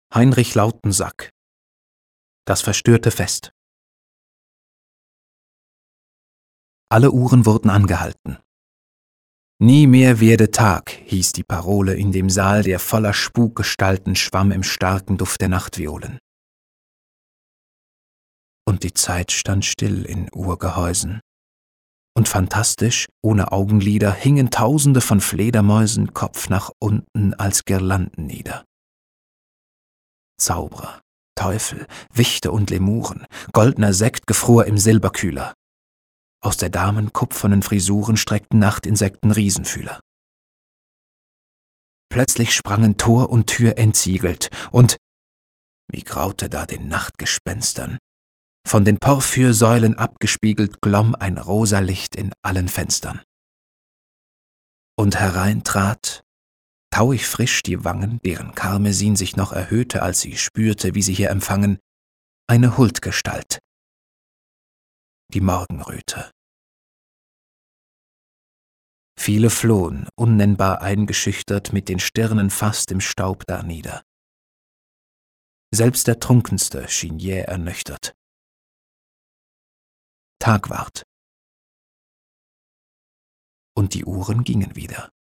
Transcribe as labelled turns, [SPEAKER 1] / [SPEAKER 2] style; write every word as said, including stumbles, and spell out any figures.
[SPEAKER 1] Heinrich Lautensack. Das verstörte Fest. Alle Uhren wurden angehalten. »Nie mehr werde Tag«, hieß die Parole in dem Saal, der voller Spukgestalten schwamm im starken Duft der Nachtviolen. Und die Zeit stand still in Uhrgehäusen. Und fantastisch, ohne Augenlider, hingen Tausende von Fledermäusen Kopf nach unten als Girlanden nieder. Zauberer, Teufel, Wichte und Lemuren, goldner Sekt gefror im Silberkühler. Aus der Damen kupfernen Frisuren streckten Nachtinsekten Riesenfühler. Plötzlich sprangen Tor und Tür entsiegelt, und, wie graute da den Nachtgespenstern, von den Porphyrsäulen abgespiegelt glomm ein rosa Licht in allen Fenstern. Und herein trat, tauig frisch die Wangen, deren Karmesin sich noch erhöhte, als sie spürte, wie sie hier empfangen, eine Huldgestalt, die Morgenröte. Viele flohen, unnennbar eingeschüchtert, mit den Stirnen fast im Staub darnieder. Selbst der Trunkenste schien jäh ernüchtert. Tag ward. Und die Uhren gingen wieder.